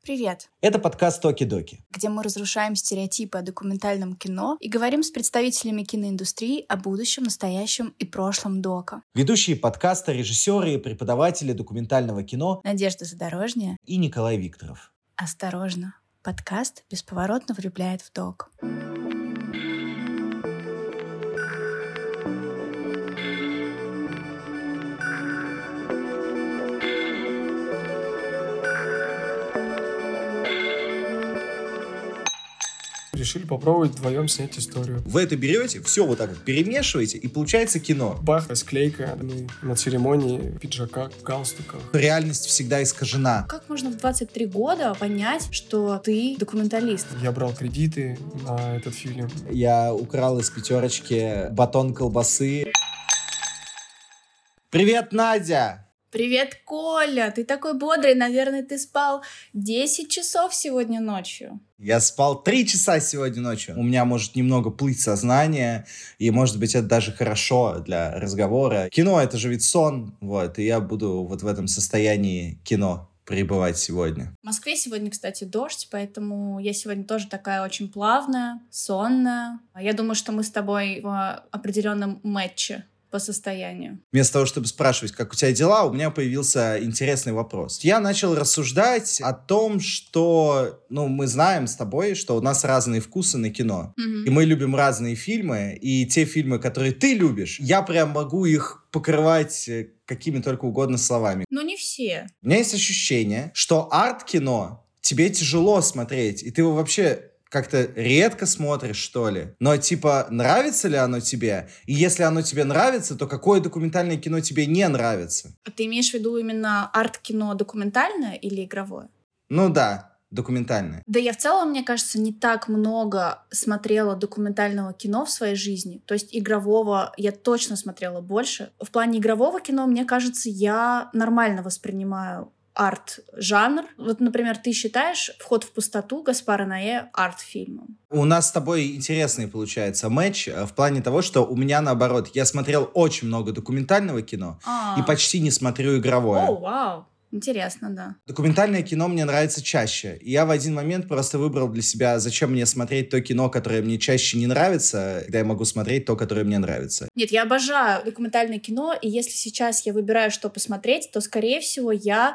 Привет! Это подкаст «Токи-доки», где мы разрушаем стереотипы о документальном кино и говорим с представителями киноиндустрии о будущем, настоящем и прошлом дока. Ведущие подкаста, режиссеры и преподаватели документального кино Надежда Задорожняя и Николай Викторов. Осторожно! Подкаст бесповоротно влюбляет в док. Решили попробовать вдвоем снять историю. Вы это берете, все вот так вот перемешиваете, и получается кино. Бах, склейка. Мы на церемонии в пиджаках, в галстуках. Реальность всегда искажена. Как можно в 23 года понять, что ты документалист? Я брал кредиты на этот фильм. Я украл из пятерочки батон колбасы. Привет, Надя! Привет, Коля! Ты такой бодрый, наверное, ты спал 10 часов сегодня ночью. Я спал 3 часа сегодня ночью. У меня может немного плыть сознание, и, может быть, это даже хорошо для разговора. Кино — это же ведь сон, вот, и я буду вот в этом состоянии кино пребывать сегодня. В Москве сегодня, кстати, дождь, поэтому я сегодня тоже такая очень плавная, сонная. Я думаю, что мы с тобой в определенном мэтче по состоянию. Вместо того, чтобы спрашивать, как у тебя дела, у меня появился интересный вопрос. Я начал рассуждать о том, что, мы знаем с тобой, что у нас разные вкусы на кино. И мы любим разные фильмы, и те фильмы, которые ты любишь, я прям могу их покрывать какими только угодно словами. Но не все. У меня есть ощущение, что арт-кино тебе тяжело смотреть, и ты его вообще как-то редко смотришь, что ли. Но, нравится ли оно тебе? И если оно тебе нравится, то какое документальное кино тебе не нравится? А ты имеешь в виду именно арт-кино документальное или игровое? Ну да, документальное. Да я в целом, мне кажется, не так много смотрела документального кино в своей жизни. То есть игрового я точно смотрела больше. В плане игрового кино, мне кажется, я нормально воспринимаю арт-жанр. Вот, например, ты считаешь «Вход в пустоту» Гаспара Ноэ арт-фильмом? У нас с тобой интересный получается матч в плане того, что у меня наоборот. Я смотрел очень много документального кино и почти не смотрю игровое. О, вау! Интересно, да. Документальное кино мне нравится чаще. И я в один момент просто выбрал для себя, зачем мне смотреть то кино, которое мне чаще не нравится, когда я могу смотреть то, которое мне нравится. Нет, я обожаю документальное кино, и если сейчас я выбираю, что посмотреть, то, скорее всего, я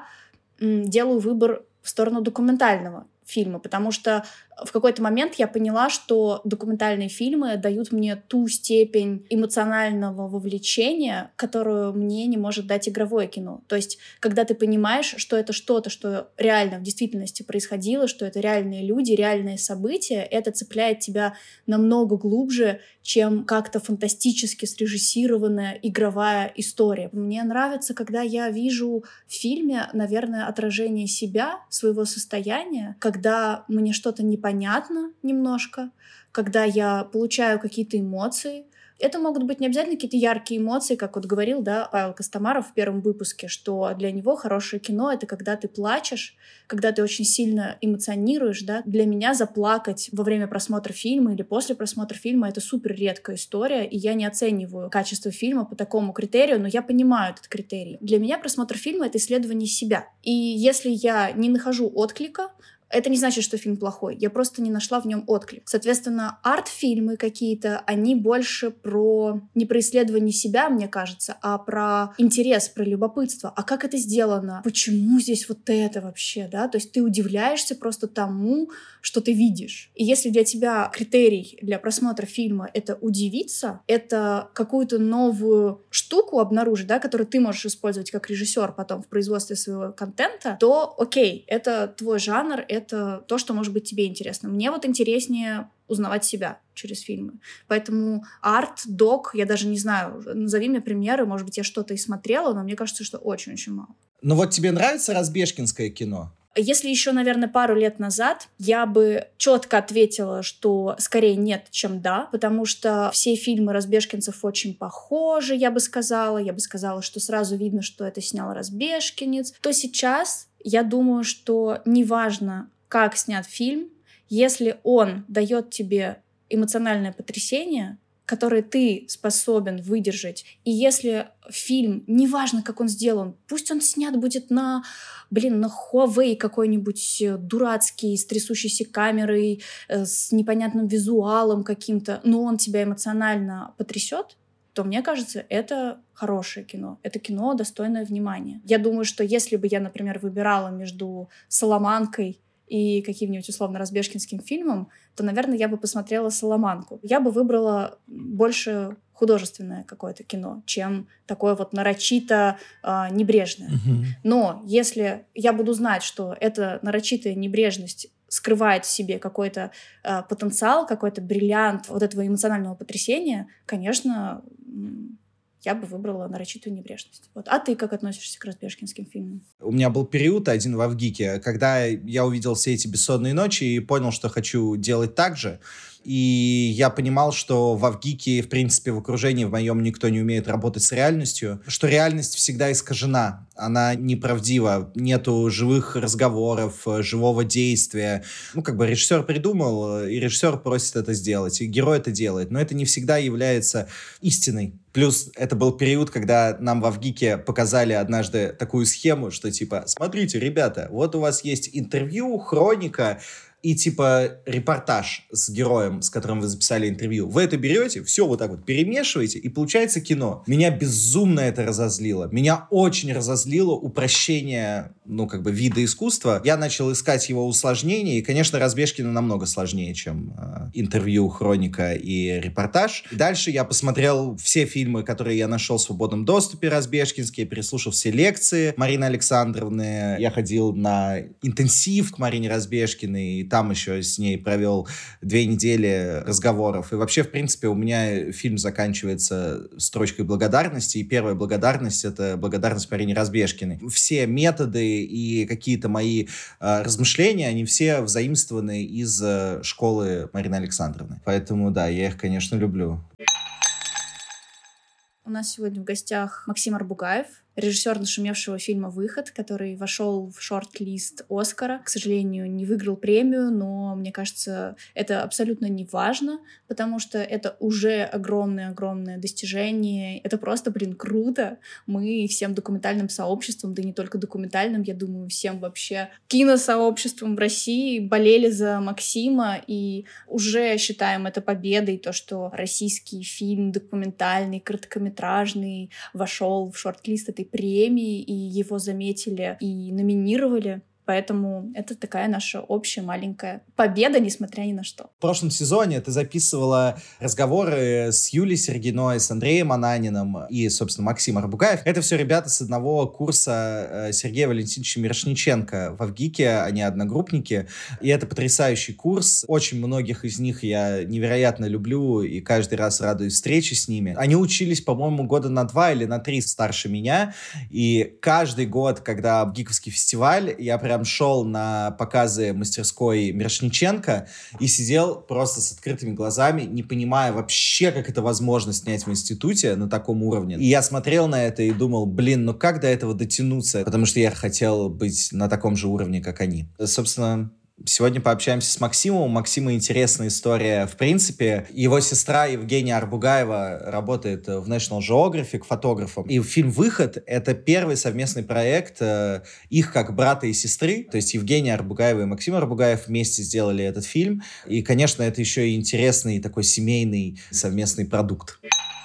делаю выбор в сторону документального фильма, потому что в какой-то момент я поняла, что документальные фильмы дают мне ту степень эмоционального вовлечения, которую мне не может дать игровое кино. То есть, когда ты понимаешь, что это что-то, что реально в действительности происходило, что это реальные люди, реальные события, это цепляет тебя намного глубже, чем как-то фантастически срежиссированная игровая история. Мне нравится, когда я вижу в фильме, наверное, отражение себя, своего состояния, когда мне что-то непонятно немножко, когда я получаю какие-то эмоции. Это могут быть не обязательно какие-то яркие эмоции, как вот говорил, Павел Костомаров в первом выпуске, что для него хорошее кино — это когда ты плачешь, когда ты очень сильно эмоционируешь, да. Для меня заплакать во время просмотра фильма или после просмотра фильма — это супер редкая история, и я не оцениваю качество фильма по такому критерию, но я понимаю этот критерий. Для меня просмотр фильма — это исследование себя. И если я не нахожу отклика, это не значит, что фильм плохой. Я просто не нашла в нем отклик. Соответственно, арт-фильмы какие-то, они больше не про исследование себя, мне кажется, а про интерес, про любопытство. А как это сделано? Почему здесь вот это вообще, да? То есть ты удивляешься просто тому, что ты видишь. И если для тебя критерий для просмотра фильма — это удивиться, это какую-то новую штуку обнаружить, да, которую ты можешь использовать как режиссер потом в производстве своего контента, то окей, это твой жанр, это то, что может быть тебе интересно. Мне вот интереснее узнавать себя через фильмы. Поэтому арт, док, я даже не знаю, назови мне примеры, может быть, я что-то и смотрела, но мне кажется, что очень-очень мало. Ну вот тебе нравится разбежкинское кино? Если еще, наверное, пару лет назад я бы четко ответила, что скорее нет, чем да, потому что все фильмы разбежкинцев очень похожи, я бы сказала, что сразу видно, что это снял разбежкинец, то сейчас я думаю, что неважно, как снят фильм, если он дает тебе эмоциональное потрясение, которые ты способен выдержать. И если фильм, неважно, как он сделан, пусть он снят будет на Huawei какой-нибудь дурацкий, с трясущейся камерой, с непонятным визуалом каким-то, но он тебя эмоционально потрясет, то, мне кажется, это хорошее кино. Это кино, достойное внимания. Я думаю, что если бы я, например, выбирала между «Соломанкой» и каким-нибудь условно разбежкинским фильмом, то, наверное, я бы посмотрела «Соломанку». Я бы выбрала больше художественное какое-то кино, чем такое вот нарочито небрежное. Но если я буду знать, что эта нарочитая небрежность скрывает в себе какой-то потенциал, какой-то бриллиант вот этого эмоционального потрясения, конечно, я бы выбрала нарочитую небрежность. Вот. А ты как относишься к разбежкинским фильмам? У меня был период один в Авгике, когда я увидел все эти бессонные ночи и понял, что хочу делать так же. И я понимал, что в Авгике, в принципе, в окружении в моем никто не умеет работать с реальностью, что реальность всегда искажена, она неправдива, нету живых разговоров, живого действия. Режиссер придумал, и режиссер просит это сделать, и герой это делает, но это не всегда является истиной. Плюс это был период, когда нам в Авгике показали однажды такую схему, что смотрите, ребята, вот у вас есть интервью, хроника, и репортаж с героем, с которым вы записали интервью. Вы это берете, все вот так вот перемешиваете, и получается кино. Меня безумно это разозлило. Меня очень разозлило упрощение, вида искусства. Я начал искать его усложнения, и, конечно, Разбежкина намного сложнее, чем интервью, хроника и репортаж. И дальше я посмотрел все фильмы, которые я нашел в свободном доступе разбежкинские, переслушал все лекции Марины Александровны. Я ходил на интенсив к Марине Разбежкиной, и там еще с ней провел 2 недели разговоров. И вообще, в принципе, у меня фильм заканчивается строчкой благодарности, и первая благодарность — это благодарность Марине Разбежкиной. Все методы и какие-то мои размышления, они все взаимствованы из школы Марины Александровны. Поэтому, да, я их, конечно, люблю. У нас сегодня в гостях Максим Арбугаев, режиссер нашумевшего фильма «Выход», который вошел в шорт-лист «Оскара». К сожалению, не выиграл премию, но, мне кажется, это абсолютно не важно, потому что это уже огромное-огромное достижение. Это просто, круто. Мы всем документальным сообществом, да и не только документальным, я думаю, всем вообще киносообществом в России болели за Максима и уже считаем это победой, то, что российский фильм документальный, короткометражный вошел в шорт-лист этой премии, и его заметили и номинировали. Поэтому это такая наша общая маленькая победа, несмотря ни на что. В прошлом сезоне ты записывала разговоры с Юлией Сергиной, с Андреем Ананиным и, собственно, Максим Арбугаев. Это все ребята с одного курса Сергея Валентиновича Мирошниченко в Авгике, они одногруппники. И это потрясающий курс. Очень многих из них я невероятно люблю и каждый раз радуюсь встрече с ними. Они учились, по-моему, года на 2 или на 3 старше меня. И каждый год, когда Авгиковский фестиваль, я прям шел на показы мастерской Мирошниченко и сидел просто с открытыми глазами, не понимая вообще, как это возможно снять в институте на таком уровне. И я смотрел на это и думал, как до этого дотянуться? Потому что я хотел быть на таком же уровне, как они. Собственно, сегодня пообщаемся с Максимом. У Максима интересная история. В принципе, его сестра Евгения Арбугаева работает в National Geographic фотографом. И фильм «Выход» — это первый совместный проект их как брата и сестры. То есть Евгения Арбугаева и Максим Арбугаев вместе сделали этот фильм. И, конечно, это еще и интересный такой семейный совместный продукт.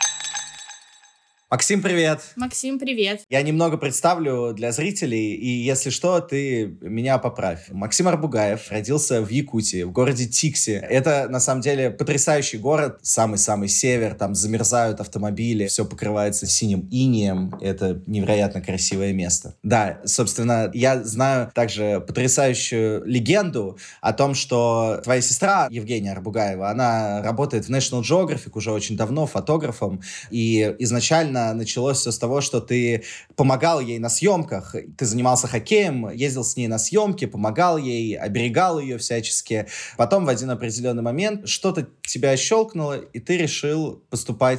Максим, привет! Максим, привет! Я немного представлю для зрителей, и если что, ты меня поправь. Максим Арбугаев родился в Якутии, в городе Тикси. Это, на самом деле, потрясающий город, самый-самый север, там замерзают автомобили, все покрывается синим инеем. Это невероятно красивое место. Да, собственно, я знаю также потрясающую легенду о том, что твоя сестра Евгения Арбугаева, она работает в National Geographic уже очень давно, фотографом, и изначально началось все с того, что ты помогал ей на съемках, ты занимался хоккеем, ездил с ней на съемки, помогал ей, оберегал ее всячески. Потом в один определенный момент что-то тебя щелкнуло, и ты решил поступать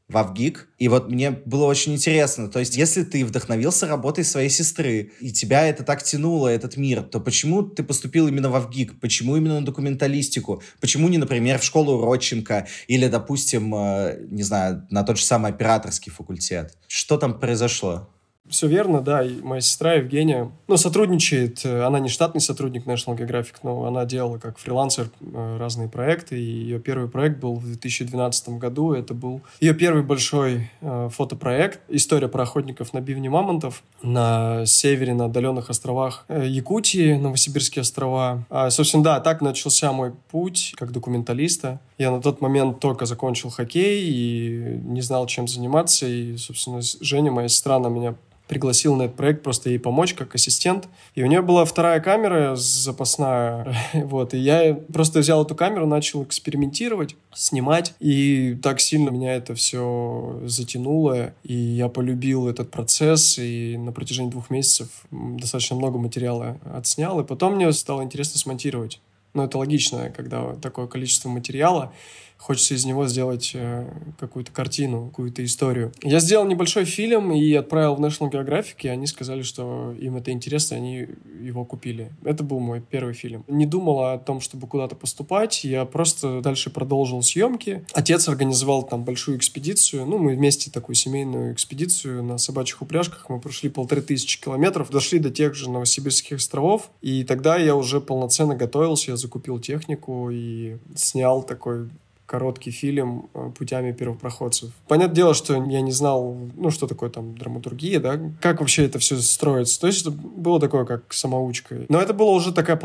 в Авгик, и вот мне было очень интересно, то есть если ты вдохновился работой своей сестры, и тебя это так тянуло, этот мир, то почему ты поступил именно в Авгик? Почему именно на документалистику? Почему не, например, в школу Родченко или, допустим, не знаю, на тот же самый операторский факультет? Что там произошло? Все верно, да. И моя сестра Евгения, сотрудничает. Она не штатный сотрудник National Geographic, но она делала как фрилансер разные проекты. И ее первый проект был в 2012 году. Это был ее первый большой фотопроект. История про охотников на бивни мамонтов на севере, на отдаленных островах Якутии, Новосибирские острова. Собственно, да, так начался мой путь как документалиста. Я на тот момент только закончил хоккей и не знал, чем заниматься. И, собственно, Женя, моя сестра, она меня пригласил на этот проект просто ей помочь как ассистент. И у нее была вторая камера запасная. Вот. И я просто взял эту камеру, начал экспериментировать, снимать. И так сильно меня это все затянуло. И я полюбил этот процесс. И на протяжении 2 месяцев достаточно много материала отснял. И потом мне стало интересно смонтировать. Но это логично, когда такое количество материала, хочется из него сделать какую-то картину, какую-то историю. Я сделал небольшой фильм и отправил в National Geographic, и они сказали, что им это интересно, они его купили. Это был мой первый фильм. Не думал о том, чтобы куда-то поступать, я просто дальше продолжил съемки. Отец организовал там большую экспедицию, мы вместе такую семейную экспедицию на собачьих упряжках, мы прошли 1500 километров, дошли до тех же Новосибирских островов, и тогда я уже полноценно готовился, я закупил технику и снял такой короткий фильм путями первопроходцев. Понятное дело, что я не знал, что такое там драматургия, да, как вообще это все строится. То есть это было такое, как самоучка. Но это была уже такая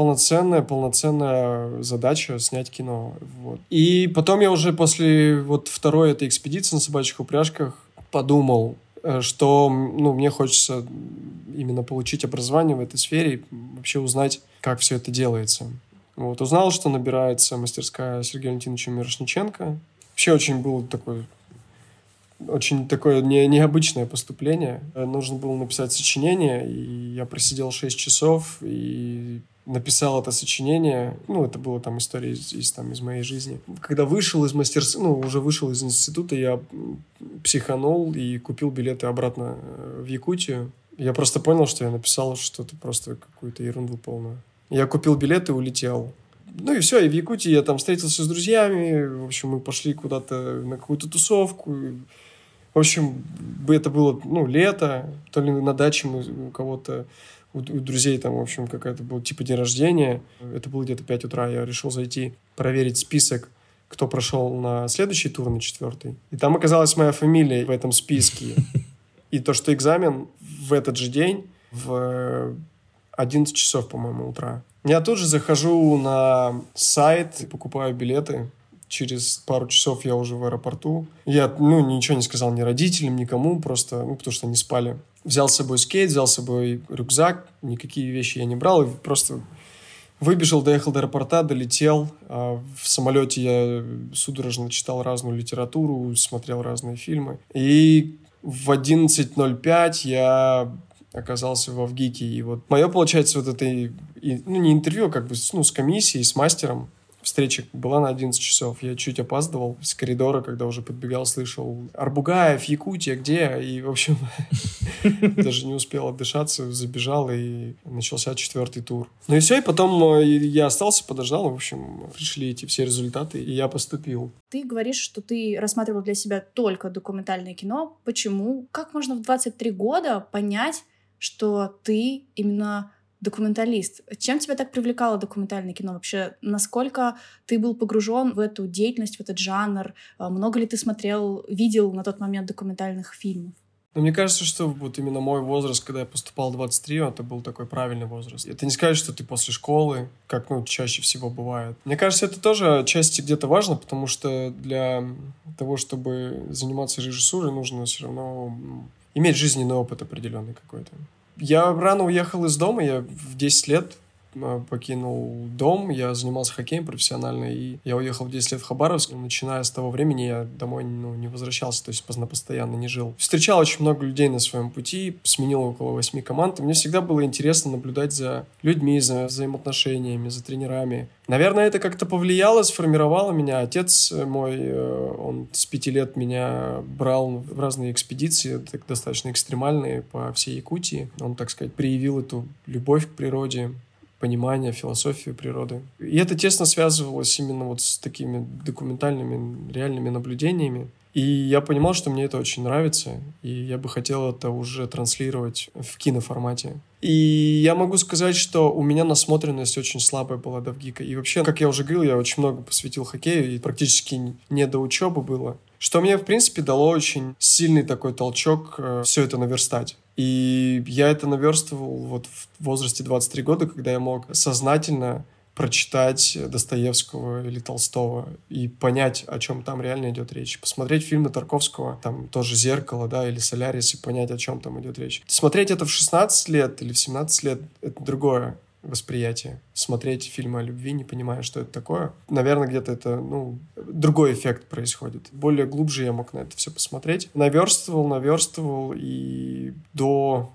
полноценная задача снять кино. Вот. И потом я уже после второй этой экспедиции на собачьих упряжках подумал, что мне хочется именно получить образование в этой сфере и вообще узнать, как все это делается. Узнал, что набирается мастерская Сергея Валентиновича Мирошниченко. Вообще очень такое необычное поступление. Нужно было написать сочинение, и я просидел 6 часов и написал это сочинение. Это была там история из моей жизни. Когда вышел из уже вышел из института, я психанул и купил билеты обратно в Якутию. Я просто понял, что я написал что-то просто какую-то ерунду полную. Я купил билеты и улетел. И все, и в Якутии я там встретился с друзьями. В общем, мы пошли куда-то на какую-то тусовку. В общем, это было, лето. То ли на даче мы у кого-то, у друзей там, в общем, какая-то была типа день рождения. Это было где-то 5 утра. Я решил зайти, проверить список, кто прошел на следующий тур, на 4-й. И там оказалась моя фамилия в этом списке. И то, что экзамен в этот же день в 11 часов, по-моему, утра. Я тут же захожу на сайт, покупаю билеты. Через пару часов я уже в аэропорту. Я, ничего не сказал ни родителям, никому, просто, потому что они спали. Взял с собой скейт, взял с собой рюкзак. Никакие вещи я не брал. Просто выбежал, доехал до аэропорта, долетел. В самолете я судорожно читал разную литературу, смотрел разные фильмы. И в 11:05 я оказался в Авгике. И мое, получается, не интервью, а с комиссией, с мастером. Встреча была на 11 часов. Я чуть опаздывал с коридора, когда уже подбегал, слышал: Арбугаев, Якутия, где? И, в общем, даже не успел отдышаться, забежал, и начался 4-й тур. И все, и потом я остался, подождал, в общем, пришли эти все результаты, и я поступил. Ты говоришь, что ты рассматривал для себя только документальное кино. Почему? Как можно в 23 года понять, что ты именно документалист? Чем тебя так привлекало документальное кино? Вообще, насколько ты был погружен в эту деятельность, в этот жанр? Много ли ты видел на тот момент документальных фильмов? Мне кажется, что именно мой возраст, когда я поступал в 23, это был такой правильный возраст. Это не сказать, что ты после школы, как чаще всего бывает. Мне кажется, это тоже отчасти где-то важно, потому что для того, чтобы заниматься режиссурой, нужно все равно иметь жизненный опыт определенный какой-то. Я рано уехал из дома, я в 10 лет покинул дом, я занимался хоккеем профессионально, и я уехал в 10 лет в Хабаровск. Начиная с того времени я домой не возвращался, то есть постоянно не жил. Встречал очень много людей на своем пути, сменил около 8 команд, и мне всегда было интересно наблюдать за людьми, за взаимоотношениями, за тренерами. Наверное, это как-то повлияло, сформировало меня. Отец мой, он с 5 лет меня брал в разные экспедиции, достаточно экстремальные, по всей Якутии. Он, так сказать, проявил эту любовь к природе, понимание, философию природы. И это тесно связывалось именно вот с такими документальными, реальными наблюдениями. И я понимал, что мне это очень нравится, и я бы хотел это уже транслировать в киноформате. И я могу сказать, что у меня насмотренность очень слабая была до ВГИКа. И вообще, как я уже говорил, я очень много посвятил хоккею, и практически не до учебы было. Что мне, в принципе, дало очень сильный такой толчок все это наверстать. И я это наверстывал вот в возрасте 23 года, когда я мог сознательно прочитать Достоевского или Толстого и понять, о чем там реально идет речь. Посмотреть фильмы Тарковского, там тоже «Зеркало», да, или «Солярис», и понять, о чем там идет речь. Смотреть это в 16 лет или в 17 лет — это другое восприятие. Смотреть фильмы о любви, не понимая, что это такое. Наверное, где-то это, другой эффект происходит. Более глубже я мог на это все посмотреть. Наверстывал, и до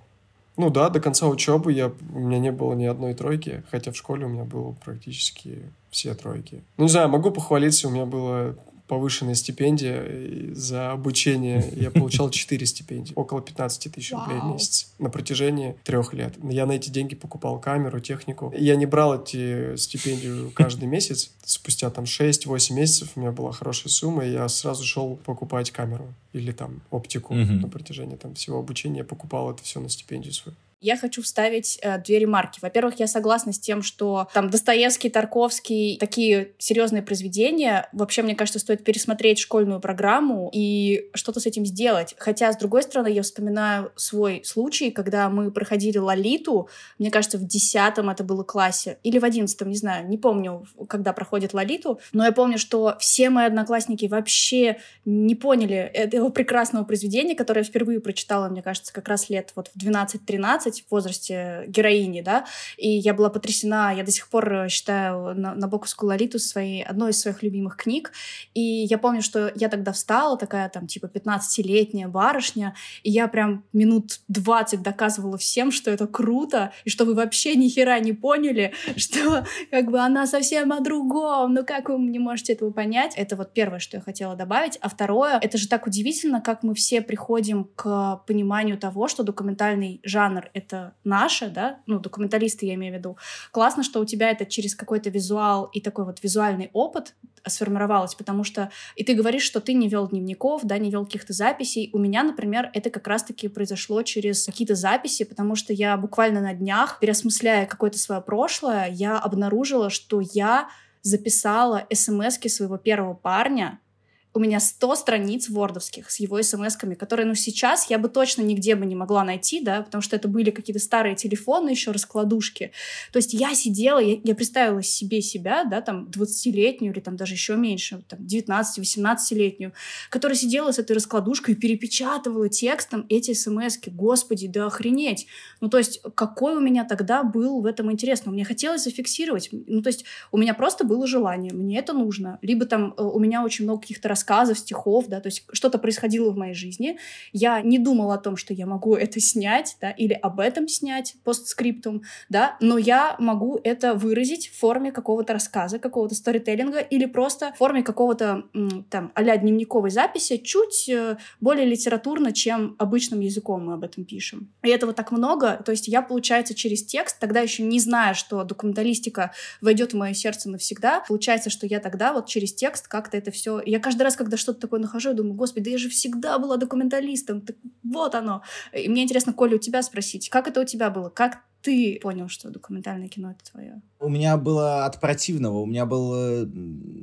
конца учебы у меня не было ни одной тройки, хотя в школе у меня было практически все тройки. Не знаю, могу похвалиться, у меня была повышенная стипендия за обучение. Я получал 4 стипендии, около 15 тысяч рублей в месяц на протяжении 3 лет. Я на эти деньги покупал камеру, технику. Я не брал эти стипендию каждый месяц. Спустя 6-8 месяцев у меня была хорошая сумма, и я сразу шел покупать камеру или оптику. На протяжении всего обучения я покупал это все на стипендию свою. Я хочу вставить 2 ремарки. Во-первых, я согласна с тем, что Достоевский, Тарковский, такие серьезные произведения. Вообще, мне кажется, стоит пересмотреть школьную программу и что-то с этим сделать. Хотя, с другой стороны, я вспоминаю свой случай, когда мы проходили «Лолиту». Мне кажется, в 10-м это было классе. Или в 11-м, не знаю, не помню, когда проходит «Лолиту». Но я помню, что все мои одноклассники вообще не поняли этого прекрасного произведения, которое я впервые прочитала, мне кажется, как раз лет в 12-13, в возрасте героини, да, и я была потрясена, я до сих пор считаю Набоковскую «Лолиту» одной из своих любимых книг, и я помню, что я тогда встала, такая 15-летняя барышня, и я прям минут 20 доказывала всем, что это круто, и что вы вообще ни хера не поняли, что она совсем о другом, как вы не можете этого понять? Это первое, что я хотела добавить. А второе, это же так удивительно, как мы все приходим к пониманию того, что документальный жанр — это наше, да, документалисты я имею в виду. Классно, что у тебя это через какой-то визуал и такой визуальный опыт сформировалось, потому что и ты говоришь, что ты не вел дневников, да, не вел каких-то записей. У меня, например, это как раз-таки произошло через какие-то записи, потому что я буквально на днях, переосмысляя какое-то свое прошлое, я обнаружила, что я записала смски своего первого парня. У меня 100 страниц вордовских с его смс-ками, которые, сейчас я бы точно нигде бы не могла найти, да, потому что это были какие-то старые телефоны, еще раскладушки. То есть я сидела, я представила себе себя, да, 20-летнюю или даже еще меньше, 19-18-летнюю, которая сидела с этой раскладушкой и перепечатывала текстом эти смс-ки. Господи, да охренеть! То есть какой у меня тогда был в этом интерес? Мне хотелось зафиксировать. То есть у меня просто было желание, мне это нужно. Либо у меня очень много каких-то рассказов, стихов, да, то есть что-то происходило в моей жизни. Я не думала о том, что я могу это снять, да, или об этом снять постскриптум, да, но я могу это выразить в форме какого-то рассказа, какого-то сторителлинга или просто в форме какого-то а-ля дневниковой записи, чуть более литературно, чем обычным языком мы об этом пишем. И этого так много, то есть я, получается, через текст, тогда еще не зная, что документалистика войдет в мое сердце навсегда, получается, что я тогда через текст как-то это все... Я каждый раз, когда что-то такое нахожу, я думаю, господи, да я же всегда была документалистом, так вот оно. И мне интересно, Коля, у тебя спросить, как это у тебя было? Как ты понял, что документальное кино — это твое? У меня было от противного. У меня был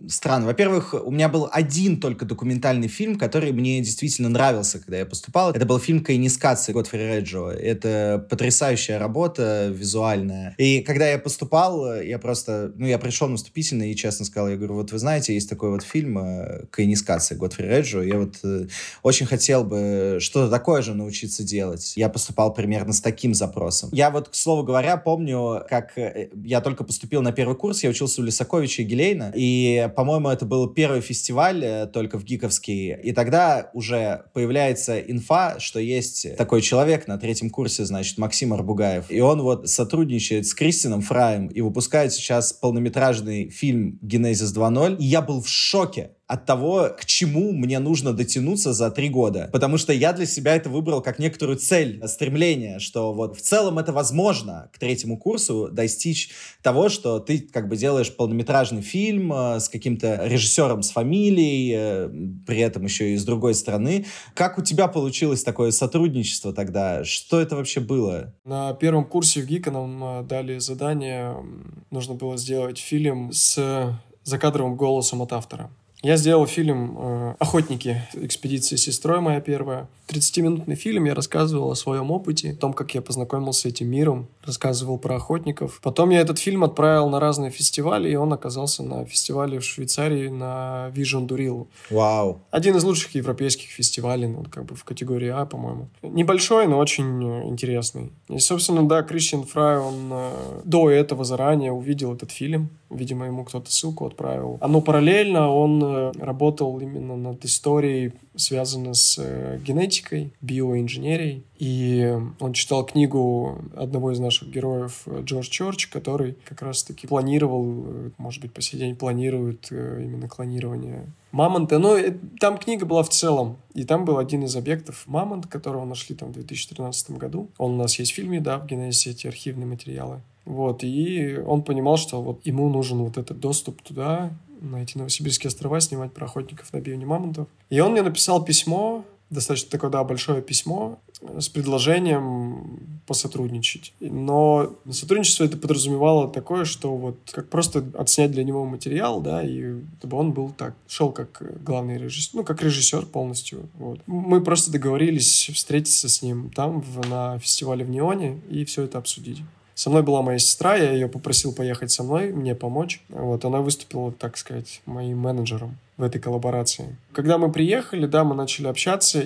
странно. Во-первых, у меня был один только документальный фильм, который мне действительно нравился, когда я поступал. Это был фильм «Коэнискация» Годфри Реджио. Это потрясающая работа визуальная. И когда я поступал, я просто... я пришел на вступительный и честно сказал, я говорю, вот вы знаете, есть такой вот фильм «Коэнискация» Годфри Реджио. Я вот очень хотел бы что-то такое же научиться делать. Я поступал примерно с таким запросом. Я вот, к слову говоря, помню, как я только поступил на первый курс, я учился у Лисаковича и Гелейна, и, по-моему, это был первый фестиваль только в ГИКовский, и тогда уже появляется инфа, что есть такой человек на третьем курсе, значит, Максим Арбугаев, и он вот сотрудничает с Кристином Фраем и выпускает сейчас полнометражный фильм «Генезис 2.0», и я был в шоке от того, к чему мне нужно дотянуться за 3 года. Потому что я для себя это выбрал как некоторую цель, стремление, что вот в целом это возможно к третьему курсу достичь того, что ты как бы делаешь полнометражный фильм с каким-то режиссером с фамилией, при этом еще и с другой страны. Как у тебя получилось такое сотрудничество тогда? Что это вообще было? На первом курсе в ГИКа нам дали задание, нужно было сделать фильм с закадровым голосом от автора. Я сделал фильм «Охотники. Экспедиция с сестрой» моя первая. 30-минутный фильм, я рассказывал о своем опыте, о том, как я познакомился с этим миром, рассказывал про охотников. Потом я этот фильм отправил на разные фестивали, и он оказался на фестивале в Швейцарии на Vision Duril. Вау. Один из лучших европейских фестивалей, как бы в категории А, по-моему. Небольшой, но очень интересный. И, собственно, да, Кристиан Фрай, он до этого заранее увидел этот фильм. Видимо, ему кто-то ссылку отправил. Но параллельно он работал именно над историей, связанной с генетикой, биоинженерией. И он читал книгу одного из наших героев, Джордж Чорч, который как раз-таки планировал, может быть, по сей день планирует именно клонирование мамонта. Но там книга была в целом. И там был один из объектов мамонт, которого нашли там в 2013 году. Он у нас есть в фильме, да, в Генезисе, эти архивные материалы. Вот, и он понимал, что вот ему нужен вот этот доступ туда, на эти Новосибирские острова, снимать про охотников на бивни мамонтов. И он мне написал письмо, достаточно такое, да, большое письмо, с предложением посотрудничать. Но сотрудничество это подразумевало такое, что вот как просто отснять для него материал, да, и чтобы он был так, шел как главный режиссер, как режиссер полностью. Вот. Мы просто договорились встретиться с ним там, на фестивале в Неоне, и все это обсудить. Со мной была моя сестра, я ее попросил поехать со мной, мне помочь. Вот, она выступила, так сказать, моим менеджером в этой коллаборации. Когда мы приехали, да, мы начали общаться,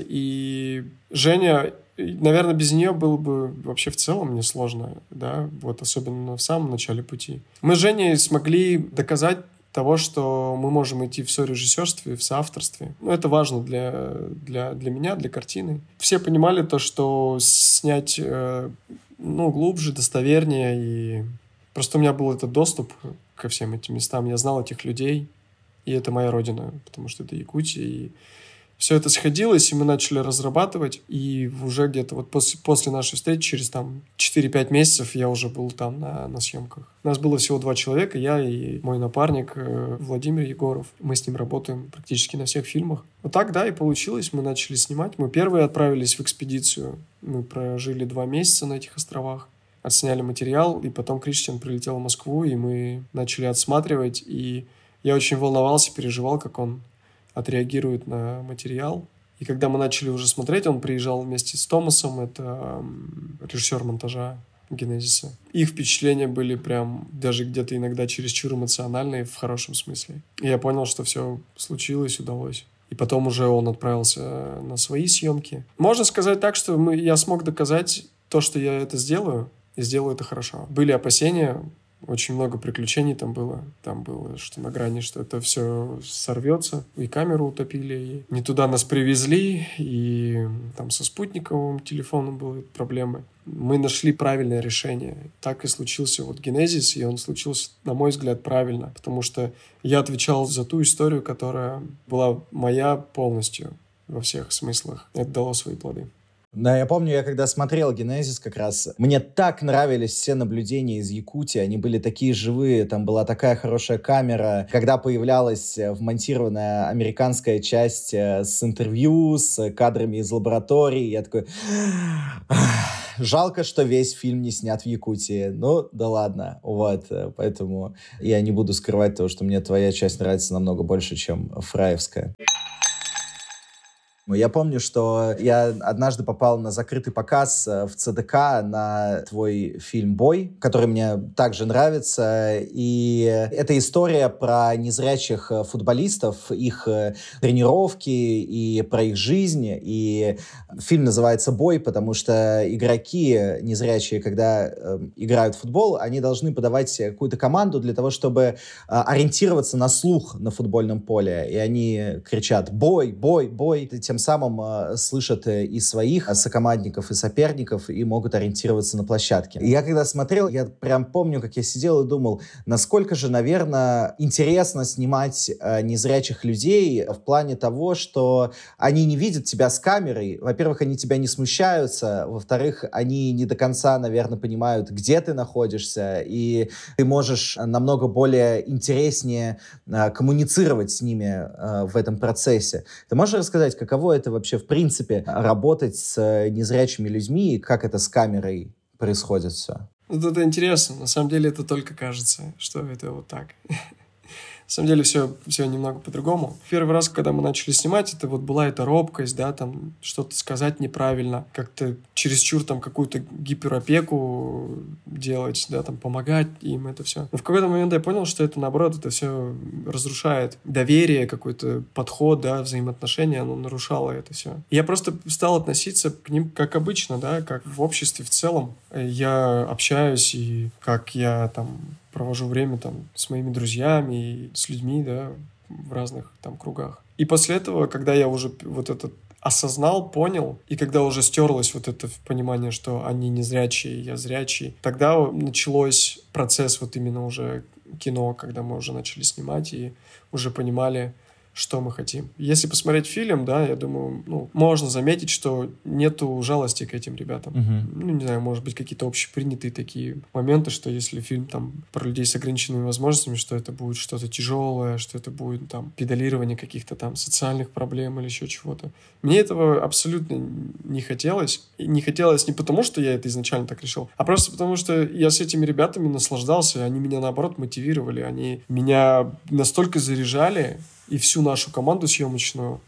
и Женя, наверное, без нее было бы вообще в целом несложно, да, вот особенно в самом начале пути. Мы с Женей смогли доказать того, что мы можем идти в сорежиссерстве, в соавторстве. Это важно для меня, для картины. Все понимали то, что снять глубже, достовернее, и просто у меня был этот доступ ко всем этим местам. Я знал этих людей, и это моя родина, потому что это Якутия, и все это сходилось, и мы начали разрабатывать, и уже где-то вот после нашей встречи, через там 4-5 месяцев я уже был там на съемках. У нас было всего 2 человека, я и мой напарник Владимир Егоров. Мы с ним работаем практически на всех фильмах. Вот так, да, и получилось, мы начали снимать. Мы первые отправились в экспедицию, мы прожили 2 месяца на этих островах, отсняли материал, и потом Кристиан прилетел в Москву, и мы начали отсматривать, и я очень волновался, переживал, как он отреагирует на материал. И когда мы начали уже смотреть, он приезжал вместе с Томасом, это режиссер монтажа Генезиса. Их впечатления были прям даже где-то иногда чересчур эмоциональные в хорошем смысле. И я понял, что все случилось, удалось. И потом уже он отправился на свои съемки. Можно сказать так, что я смог доказать то, что я это сделаю, и сделаю это хорошо. Были опасения, очень много приключений там было. Там было, что на грани, что это все сорвется. И камеру утопили, и не туда нас привезли, и там со спутниковым телефоном были проблемы. Мы нашли правильное решение. Так и случился вот Генезис, и он случился, на мой взгляд, правильно. Потому что я отвечал за ту историю, которая была моя полностью во всех смыслах. Это дало свои плоды. Да, я помню, я когда смотрел «Генезис» как раз, мне так нравились все наблюдения из Якутии, они были такие живые, там была такая хорошая камера. Когда появлялась вмонтированная американская часть с интервью, с кадрами из лаборатории, я такой... жалко, что весь фильм не снят в Якутии. Ну, да ладно. Вот, поэтому я не буду скрывать того, что мне твоя часть нравится намного больше, чем фраевская. Я помню, что я однажды попал на закрытый показ в ЦДК на твой фильм «Бой», который мне также нравится. И это история про незрячих футболистов, их тренировки и про их жизнь. И фильм называется «Бой», потому что игроки незрячие, когда играют в футбол, они должны подавать какую-то команду для того, чтобы ориентироваться на слух на футбольном поле. И они кричат «Бой! Бой! Бой!». Тем самым слышат и своих сокомандников, и соперников, и могут ориентироваться на площадке. И я когда смотрел, я прям помню, как я сидел и думал, насколько же, наверное, интересно снимать незрячих людей в плане того, что они не видят тебя с камерой. Во-первых, они тебя не смущаются. Во-вторых, они не до конца, наверное, понимают, где ты находишься, и ты можешь намного более интереснее коммуницировать с ними в этом процессе. Ты можешь рассказать, каково это вообще в принципе работать с незрячими людьми, и как это с камерой происходит все? Вот это интересно. На самом деле это только кажется, что это вот так. На самом деле все немного по-другому. Первый раз, когда мы начали снимать, это вот была эта робкость, да, там что-то сказать неправильно, как-то чересчур там какую-то гиперопеку делать, да, там помогать им, это все. Но в какой-то момент я понял, что это, наоборот, это все разрушает доверие, какой-то подход, да, взаимоотношения, оно нарушало это все. Я просто стал относиться к ним как обычно, да, как в обществе в целом. Я общаюсь, и как я там провожу время там с моими друзьями и с людьми, да, в разных там кругах. И после этого, когда я уже вот это осознал, понял, и когда уже стерлось вот это понимание, что они незрячие, я зрячий, тогда началось процесс вот именно уже кино, когда мы уже начали снимать и уже понимали, что мы хотим. Если посмотреть фильм, да, я думаю, можно заметить, что нету жалости к этим ребятам. Не знаю, может быть, какие-то общепринятые такие моменты, что если фильм там про людей с ограниченными возможностями, что это будет что-то тяжелое, что это будет там педалирование каких-то там социальных проблем или еще чего-то. Мне этого абсолютно не хотелось. И не хотелось не потому, что я это изначально так решил, а просто потому, что я с этими ребятами наслаждался, они меня, наоборот, мотивировали, они меня настолько заряжали, и всю нашу команду съемочную,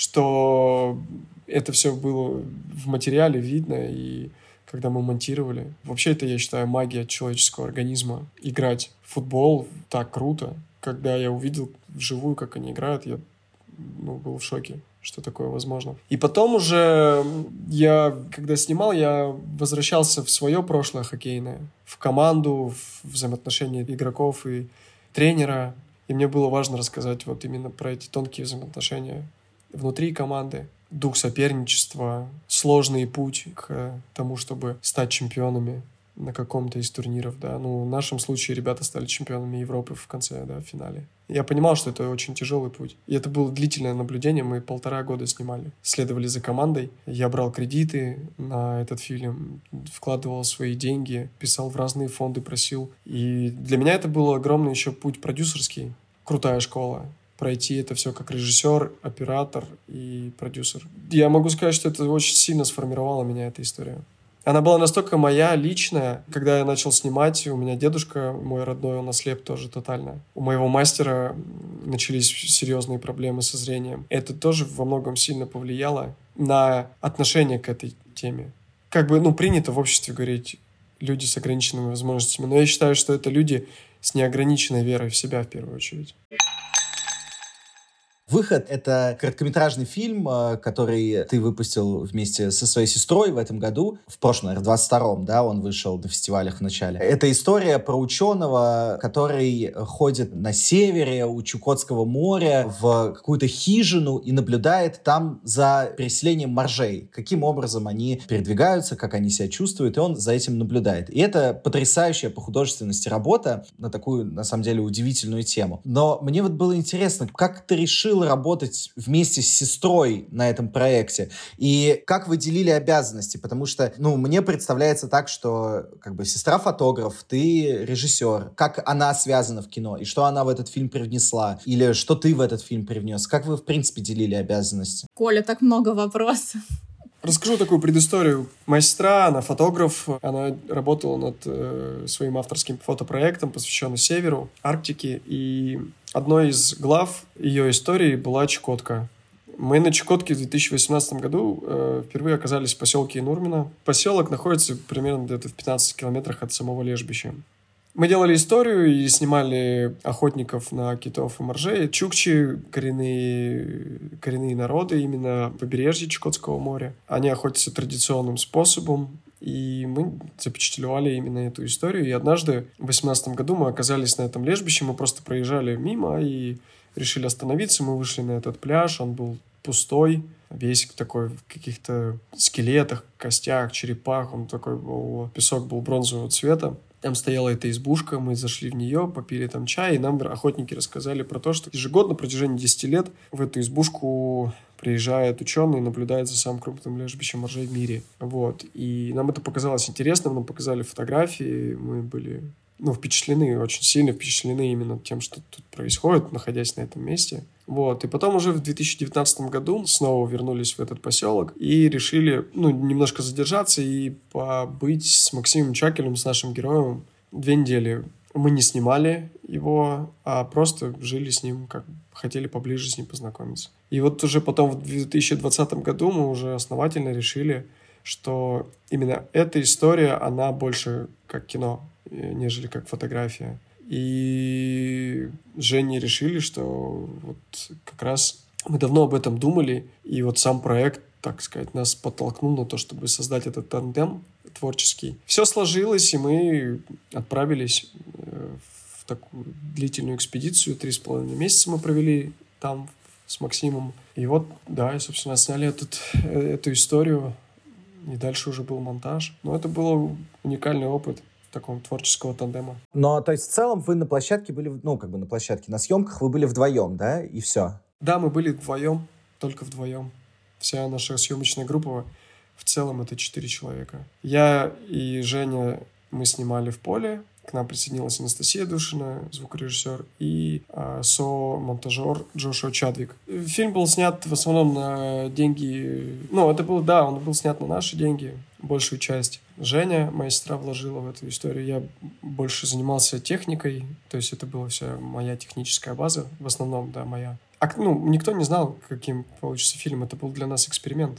что это все было в материале видно, и когда мы монтировали. Вообще это, я считаю, магия человеческого организма. Играть в футбол так круто. Когда я увидел вживую, как они играют, я был в шоке, что такое возможно. И потом уже я, когда снимал, я возвращался в свое прошлое хоккейное, в команду, в взаимоотношения игроков и тренера. И мне было важно рассказать вот именно про эти тонкие взаимоотношения внутри команды, дух соперничества, сложный путь к тому, чтобы стать чемпионами на каком-то из турниров, да. В нашем случае ребята стали чемпионами Европы в конце, да, в финале. Я понимал, что это очень тяжелый путь. И это было длительное наблюдение, мы 1,5 года снимали. Следовали за командой. Я брал кредиты на этот фильм, вкладывал свои деньги, писал в разные фонды, просил. И для меня это был огромный еще путь продюсерский. Крутая школа. Пройти это все как режиссер, оператор и продюсер. Я могу сказать, что это очень сильно сформировала меня, эта история. Она была настолько моя, личная. Когда я начал снимать, у меня дедушка, мой родной, он ослеп тоже тотально. У моего мастера начались серьезные проблемы со зрением. Это тоже во многом сильно повлияло на отношение к этой теме. Принято в обществе говорить люди с ограниченными возможностями, но я считаю, что это люди с неограниченной верой в себя в первую очередь. «Выход» — это короткометражный фильм, который ты выпустил вместе со своей сестрой в этом году. В прошлом, наверное, в 22-м, да, он вышел на фестивалях в начале. Это история про ученого, который ходит на севере у Чукотского моря в какую-то хижину и наблюдает там за переселением моржей. Каким образом они передвигаются, как они себя чувствуют, и он за этим наблюдает. И это потрясающая по художественности работа на такую, на самом деле, удивительную тему. Но мне вот было интересно, как ты решил работать вместе с сестрой на этом проекте? И как вы делили обязанности? Потому что, мне представляется так, что сестра фотограф, ты режиссер. Как она связана в кино? И что она в этот фильм привнесла? Или что ты в этот фильм привнес? Как вы, в принципе, делили обязанности? Коля, так много вопросов. Расскажу такую предысторию. Моя сестра, она фотограф, она работала над своим авторским фотопроектом, посвященным Северу, Арктике, и одной из глав ее истории была Чукотка. Мы на Чукотке в 2018 году впервые оказались в поселке Инурмино. Поселок находится примерно где-то в 15 километрах от самого лежбища. Мы делали историю и снимали охотников на китов и моржей. Чукчи — коренные народы именно побережья Чукотского моря. Они охотятся традиционным способом, и мы запечатлевали именно эту историю. И однажды в 2018 году мы оказались на этом лежбище, мы просто проезжали мимо и решили остановиться. Мы вышли на этот пляж, он был пустой, весь такой в каких-то скелетах, костях, черепах. Он такой был, песок был бронзового цвета. Там стояла эта избушка, мы зашли в нее, попили там чай, и нам охотники рассказали про то, что ежегодно на протяжении 10 лет в эту избушку приезжают ученые и наблюдают за самым крупным лежбищем моржей в мире. Вот. И нам это показалось интересным, нам показали фотографии, мы были впечатлены, очень сильно впечатлены именно тем, что тут происходит, находясь на этом месте. Вот. И потом уже в 2019 году снова вернулись в этот поселок и решили немножко задержаться и побыть с Максимом Чакелем, с нашим героем, 2 недели. Мы не снимали его, а просто жили с ним, как хотели поближе с ним познакомиться. И вот уже потом в 2020 году мы уже основательно решили, что именно эта история, она больше как кино, нежели как фотография. И Женя решили, что вот как раз мы давно об этом думали, и вот сам проект, так сказать, нас подтолкнул на то, чтобы создать этот тандем творческий. Все сложилось, и мы отправились в такую длительную экспедицию. 3,5 месяца мы провели там с Максимом. И вот, да, и, собственно, сняли эту историю, и дальше уже был монтаж. Но это был уникальный опыт такого творческого тандема. Но, то есть, в целом вы на площадке были, на площадке, на съемках вы были вдвоем, да, и все? Да, мы были вдвоем, только вдвоем. Вся наша съемочная группа в целом это 4 человека. Я и Женя, мы снимали в поле. К нам присоединилась Анастасия Душина, звукорежиссер, и со-монтажер Джошуа Чадвик. Фильм был снят в основном на деньги... он был снят на наши деньги, большую часть. Женя, моя сестра, вложила в эту историю. Я больше занимался техникой, то есть это была вся моя техническая база, в основном, да, моя. Никто не знал, каким получится фильм. Это был для нас эксперимент.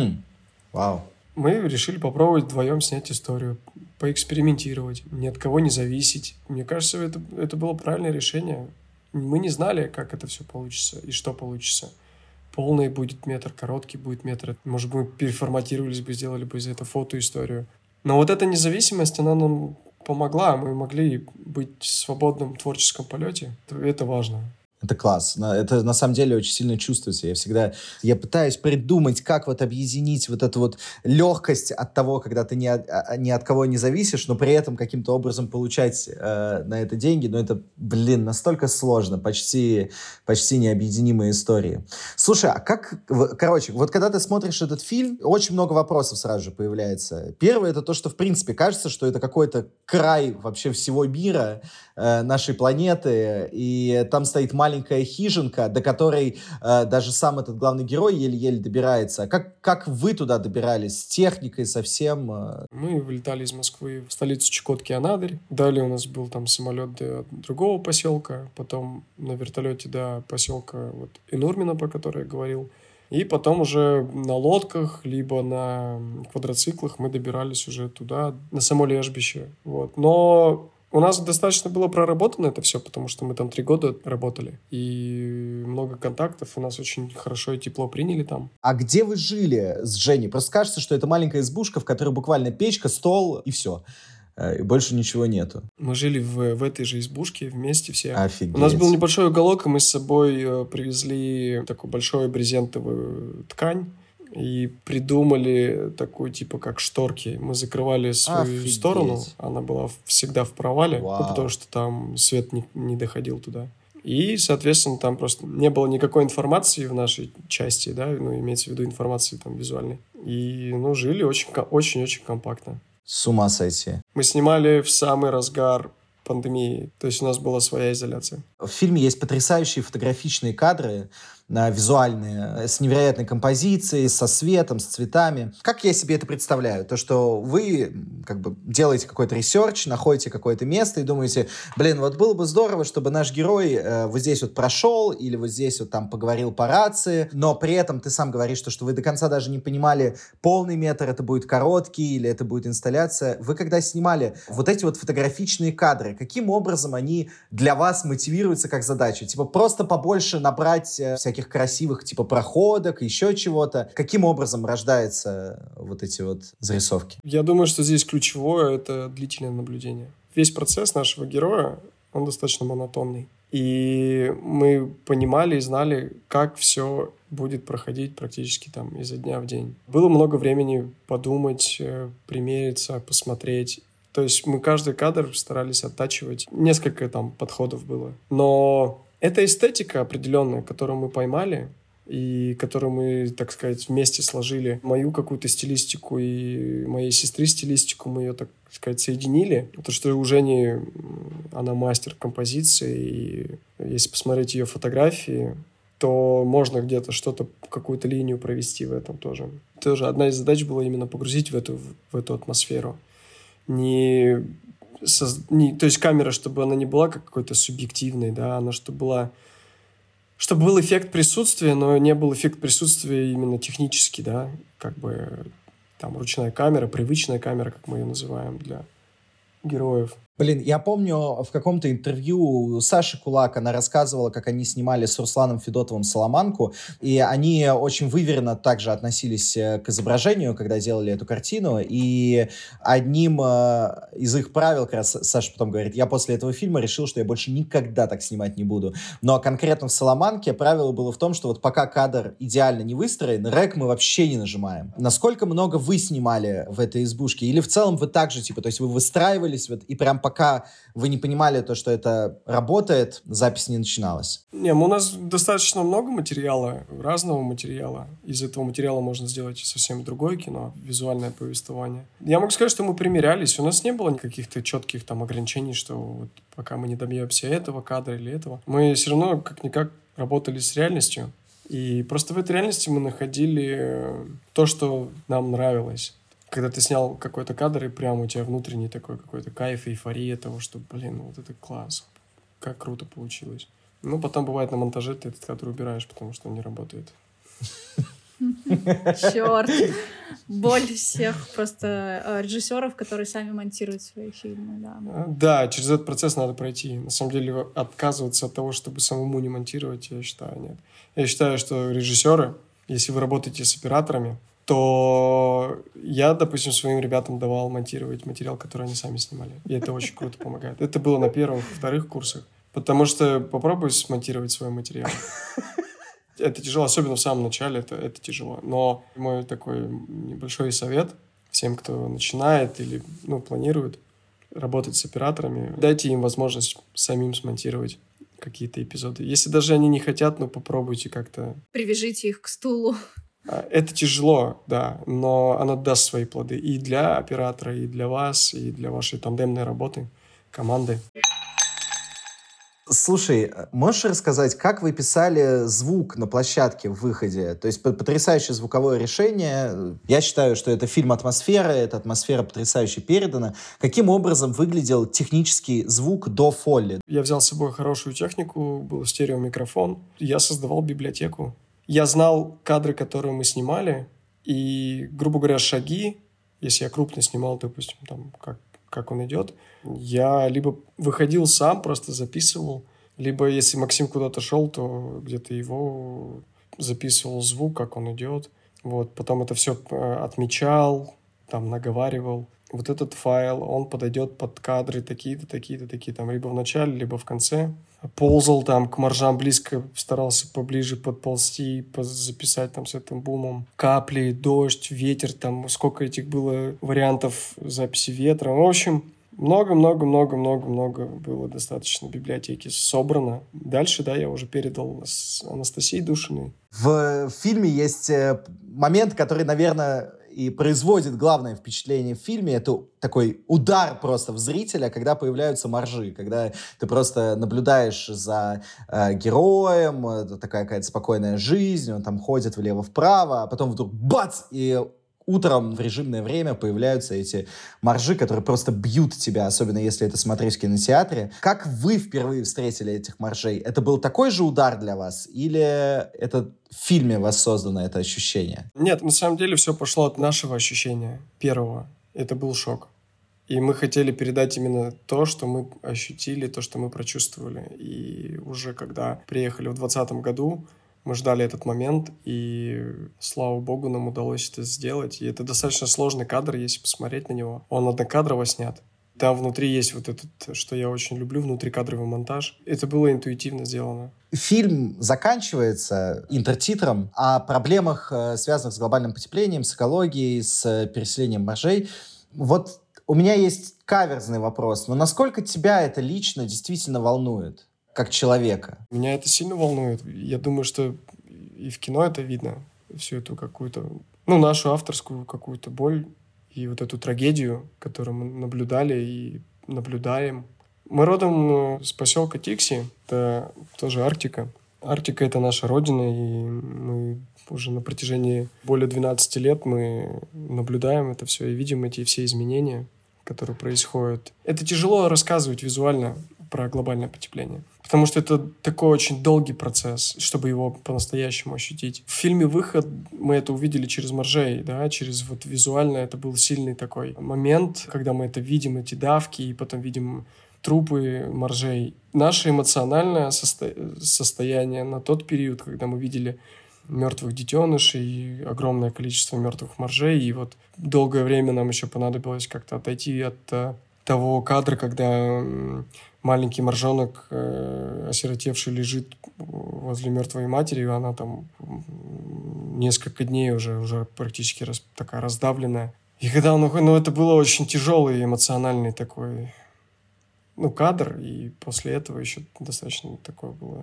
Вау. Мы решили попробовать вдвоем снять историю, поэкспериментировать, ни от кого не зависеть. Мне кажется, это было правильное решение. Мы не знали, как это все получится и что получится. Полный будет метр, короткий будет метр. Может быть, мы переформатировались бы, сделали бы из этого фотоисторию. Но вот эта независимость, она нам помогла. Мы могли быть в свободном творческом полете. Это важно. Это класс. Это на самом деле очень сильно чувствуется. Я пытаюсь придумать, как вот объединить вот эту вот легкость от того, когда ты ни от кого не зависишь, но при этом каким-то образом получать на это деньги. Но это, настолько сложно. Почти необъединимые истории. Слушай, вот когда ты смотришь этот фильм, очень много вопросов сразу же появляется. Первое — это то, что в принципе кажется, что это какой-то край вообще всего мира, нашей планеты, и там стоит маленькая хижинка, до которой даже сам этот главный герой еле-еле добирается. Как вы туда добирались? С техникой совсем? Мы вылетали из Москвы в столицу Чукотки Анадырь. Далее у нас был там самолет до другого поселка, потом на вертолете до поселка Инурмино, про который я говорил. И потом уже на лодках, либо на квадроциклах мы добирались уже туда, на само лежбище. Вот. Но у нас достаточно было проработано это все, потому что мы там 3 года работали. И много контактов. У нас очень хорошо и тепло приняли там. А где вы жили с Женей? Просто кажется, что это маленькая избушка, в которой буквально печка, стол и все. И больше ничего нету. Мы жили в этой же избушке вместе все. Офигеть. У нас был небольшой уголок, и мы с собой привезли такую большую брезентовую ткань. И придумали такую, типа, как шторки. Мы закрывали свою сторону. Она была всегда в провале, потому что там свет не доходил туда. И, соответственно, там просто не было никакой информации в нашей части, да, имеется в виду информации там визуальной. И, жили очень-очень компактно. С ума сойти. Мы снимали в самый разгар пандемии. То есть у нас была своя изоляция. В фильме есть потрясающие фотографичные кадры. визуальные, с невероятной композицией, со светом, с цветами. Как я себе это представляю? То, что вы как бы делаете какой-то ресерч, находите какое-то место и думаете, блин, вот было бы здорово, чтобы наш герой вот здесь вот прошел или вот здесь вот там поговорил по рации, но при этом ты сам говоришь, что вы до конца даже не понимали, полный метр это будет короткий или это будет инсталляция. Вы когда снимали вот эти вот фотографичные кадры, каким образом они для вас мотивируются как задача? Типа просто побольше набрать всяких красивых типа проходок, еще чего-то. Каким образом рождаются вот эти вот зарисовки? Я думаю, что здесь ключевое — это длительное наблюдение. Весь процесс нашего героя, он достаточно монотонный. И мы понимали и знали, как все будет проходить практически там изо дня в день. Было много времени подумать, примериться, посмотреть. То есть мы каждый кадр старались оттачивать. Несколько там подходов было. Но эта эстетика определенная, которую мы поймали, и которую мы, так сказать, вместе сложили, мою какую-то стилистику и моей сестры стилистику, мы ее, так сказать, соединили. Потому что у Жени, она мастер композиции, и если посмотреть ее фотографии, то можно где-то что-то, какую-то линию провести в этом тоже. Тоже одна из задач была именно погрузить в эту атмосферу. То есть камера, чтобы она не была какой-то субъективной, да, она чтобы был эффект присутствия, но не был эффект присутствия именно технически, да, как бы там ручная камера, привычная камера, как мы ее называем для героев. Блин, я помню в каком-то интервью Саши Кулак, она рассказывала, как они снимали с Русланом Федотовым «Соломанку», и они очень выверенно также относились к изображению, когда делали эту картину, и одним из их правил, как раз Саша потом говорит, я после этого фильма решил, что я больше никогда так снимать не буду. Но конкретно в «Соломанке» правило было в том, что вот пока кадр идеально не выстроен, рек мы вообще не нажимаем. Насколько много вы снимали в этой избушке? Или в целом вы также, типа, то есть вы выстраивались вот, и прям пока вы не понимали то, что это работает, запись не начиналась? Не, у нас достаточно много материала, разного материала. Из этого материала можно сделать совсем другое кино, визуальное повествование. Я могу сказать, что мы примерялись. У нас не было каких-то четких там ограничений, что вот пока мы не добьемся этого кадра или этого. Мы все равно как-никак работали с реальностью. И просто в этой реальности мы находили то, что нам нравилось. Когда ты снял какой-то кадр, и прямо у тебя внутренний такой какой-то кайф, эйфория того, что, блин, вот это класс, как круто получилось. Ну, потом бывает на монтаже ты этот кадр убираешь, потому что он не работает. Черт. Боль всех просто режиссеров, которые сами монтируют свои фильмы. Да, через этот процесс надо пройти. На самом деле, отказываться от того, чтобы самому не монтировать, я считаю, нет. Я считаю, что режиссеры, если вы работаете с операторами, то я, допустим, своим ребятам давал монтировать материал, который они сами снимали. И это очень круто помогает. Это было на первых, вторых курсах. Потому что попробуй смонтировать свой материал. Это тяжело, особенно в самом начале, это тяжело. Но мой такой небольшой совет всем, кто начинает или планирует работать с операторами, дайте им возможность самим смонтировать какие-то эпизоды. Если даже они не хотят, попробуйте как-то... Привяжите их к стулу. Это тяжело, да, но оно даст свои плоды и для оператора, и для вас, и для вашей тандемной работы, команды. Слушай, можешь рассказать, как вы писали звук на площадке в выходе? То есть потрясающее звуковое решение. Я считаю, что это фильм «Атмосфера», эта атмосфера потрясающе передана. Каким образом выглядел технический звук до Фолли? Я взял с собой хорошую технику, был стереомикрофон. Я создавал библиотеку. Я знал кадры, которые мы снимали, и, грубо говоря, шаги, если я крупно снимал, допустим, там, как он идет, я либо выходил сам, просто записывал, либо если Максим куда-то шел, то где-то его записывал звук, как он идет. Вот, потом это все отмечал, там, наговаривал. Вот этот файл, он подойдет под кадры такие-то, такие-то, такие, там, либо в начале, либо в конце. Ползал там к моржам близко, старался поближе подползти, записать там с этим бумом. Капли, дождь, ветер, там сколько этих было вариантов записи ветра. В общем, много было достаточно библиотеки собрано. Дальше, да, я уже передал Анастасии Душиной. В фильме есть момент, который, наверное, и производит главное впечатление в фильме. Это такой удар просто в зрителя, когда появляются моржи, когда ты просто наблюдаешь за героем, это такая какая-то спокойная жизнь, он там ходит влево-вправо, а потом вдруг бац! И утром в режимное время появляются эти моржи, которые просто бьют тебя, особенно если это смотреть в кинотеатре. Как вы впервые встретили этих моржей? Это был такой же удар для вас? Или это в фильме воссоздано это ощущение? Нет, на самом деле все пошло от нашего ощущения первого. Это был шок. И мы хотели передать именно то, что мы ощутили, то, что мы прочувствовали. И уже когда приехали в 2020 году, мы ждали этот момент, и, слава богу, нам удалось это сделать. И это достаточно сложный кадр, если посмотреть на него. Он однокадрово снят. Там внутри есть вот этот, что я очень люблю, внутрикадровый монтаж. Это было интуитивно сделано. Фильм заканчивается интертитром о проблемах, связанных с глобальным потеплением, с экологией, с переселением моржей. Вот у меня есть каверзный вопрос, но насколько тебя это лично действительно волнует? Как человека? Меня это сильно волнует. Я думаю, что и в кино это видно. Всю эту какую-то, нашу авторскую какую-то боль и вот эту трагедию, которую мы наблюдали и наблюдаем. Мы родом с поселка Тикси, это тоже Арктика. Арктика — это наша родина, и мы уже на протяжении более 12 лет мы наблюдаем это все и видим эти все изменения, которые происходят. Это тяжело рассказывать визуально про глобальное потепление. Потому что это такой очень долгий процесс, чтобы его по-настоящему ощутить. В фильме «Выход» мы это увидели через моржей, да, через вот визуально это был сильный такой момент, когда мы это видим, эти давки, и потом видим трупы моржей. Наше эмоциональное состояние на тот период, когда мы видели мертвых детенышей, огромное количество мертвых моржей, и вот долгое время нам еще понадобилось как-то отойти от того кадра, когда маленький моржонок, осиротевший, лежит возле мертвой матери, и она там несколько дней уже практически такая раздавленная. И когда он уходит, это было очень тяжелый эмоциональный такой, кадр, и после этого еще достаточно такое было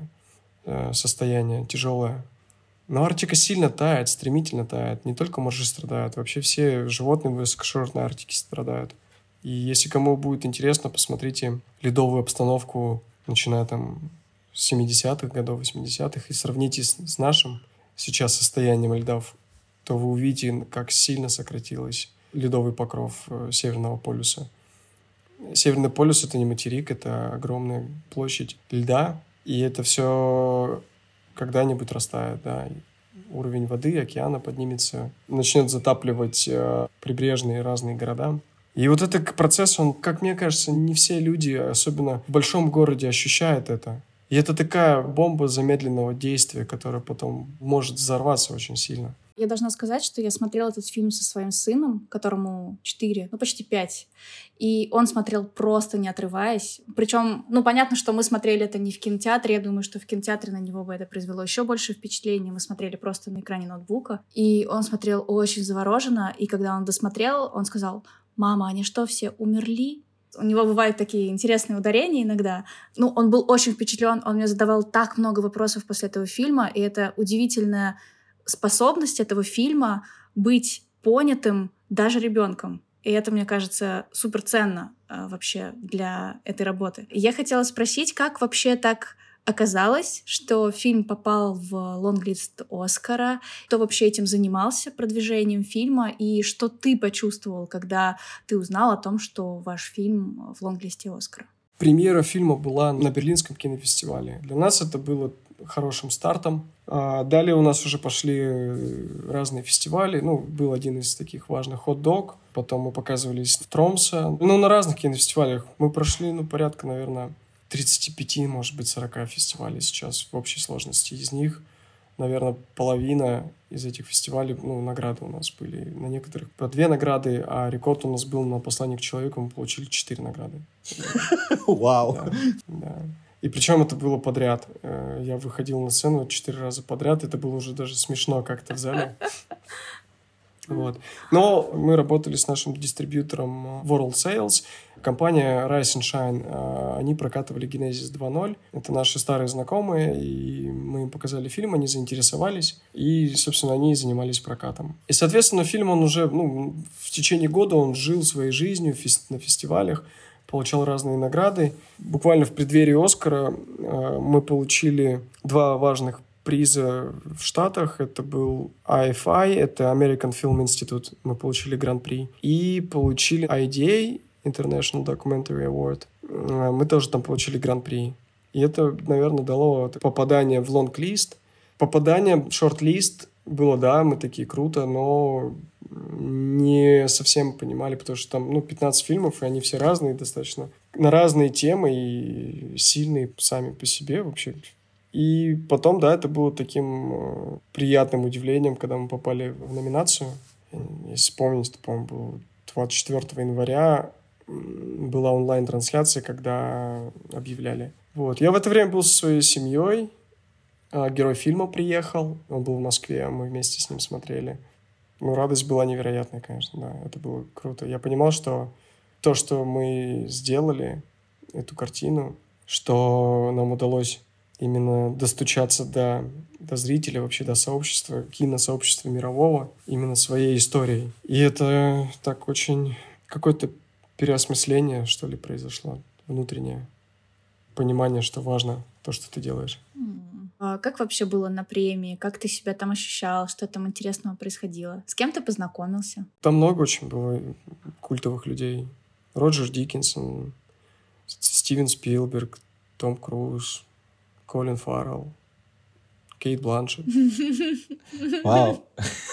состояние тяжелое. Но Арктика сильно тает, стремительно тает. Не только моржи страдают, вообще все животные в высокоширотной Арктике страдают. И если кому будет интересно, посмотрите ледовую обстановку, начиная там с 70-х годов, 80-х, и сравните с нашим сейчас состоянием льдов, то вы увидите, как сильно сократилось ледовый покров Северного полюса. Северный полюс — это не материк, это огромная площадь льда, и это все когда-нибудь растает, да. Уровень воды океана поднимется, начнет затапливать прибрежные разные города. И вот этот процесс, он, как мне кажется, не все люди, особенно в большом городе, ощущают это. И это такая бомба замедленного действия, которая потом может взорваться очень сильно. Я должна сказать, что я смотрела этот фильм со своим сыном, которому 4, почти 5. И он смотрел просто не отрываясь. Причем, понятно, что мы смотрели это не в кинотеатре. Я думаю, что в кинотеатре на него бы это произвело еще больше впечатления. Мы смотрели просто на экране ноутбука. И он смотрел очень завороженно. И когда он досмотрел, он сказал: «Мама, они что, все умерли?» У него бывают такие интересные ударения иногда. Он был очень впечатлен. Он мне задавал так много вопросов после этого фильма. И это удивительная способность этого фильма быть понятым даже ребенком. И это, мне кажется, суперценно вообще для этой работы. И я хотела спросить, как вообще так оказалось, что фильм попал в лонглист Оскара, кто вообще этим занимался, продвижением фильма, и что ты почувствовал, когда ты узнал о том, что ваш фильм в лонглисте Оскара? Премьера фильма была на Берлинском кинофестивале. Для нас это было хорошим стартом. Далее у нас уже пошли разные фестивали. Был один из таких важных «Hot Dog». Потом мы показывались в Тромсе. На разных кинофестивалях мы прошли, порядка, наверное, 35, может быть, 40 фестивалей сейчас в общей сложности. Из них, наверное, половина из этих фестивалей, награды у нас были. На некоторых по 2 награды, а рекорд у нас был на «Послание к человеку», мы получили 4 награды. Вау! Да. И причем это было подряд. Я выходил на сцену 4 раза подряд. Это было уже даже смешно как-то в зале. Вот. Но мы работали с нашим дистрибьютором World Sales, компания Rise and Shine. Они прокатывали Genesis 2.0. Это наши старые знакомые, и мы им показали фильм, они заинтересовались, и, собственно, они занимались прокатом. И, соответственно, фильм, он уже, в течение года он жил своей жизнью на фестивалях, получал разные награды. Буквально в преддверии «Оскара» мы получили 2 важных приза в Штатах. Это был IFI, это American Film Institute. Мы получили гран-при. И получили IDA, International Documentary Award. Мы тоже там получили гран-при. И это, наверное, дало попадание в лонг-лист. Попадание в шорт-лист было, да, мы такие круто, но не совсем понимали, потому что там 15 фильмов, и они все разные достаточно. На разные темы и сильные сами по себе вообще. И потом, да, это было таким приятным удивлением, когда мы попали в номинацию. Если вспомнить, то, по-моему, было 24 января была онлайн-трансляция, когда объявляли. Вот. Я в это время был со своей семьей. Герой фильма приехал. Он был в Москве, мы вместе с ним смотрели. Радость была невероятная, конечно, да. Это было круто. Я понимал, что то, что мы сделали, эту картину, что нам удалось именно достучаться до зрителя, вообще до сообщества, киносообщества мирового, именно своей историей. И это так очень какое-то переосмысление, что ли, произошло, внутреннее понимание, что важно то, что ты делаешь. А как вообще было на премии? Как ты себя там ощущал? Что там интересного происходило? С кем ты познакомился? Там много очень было культовых людей. Роджер Диккинсон, Стивен Спилберг, Том Круз, Колин Фаррелл, Кейт Бланшетт. Вау.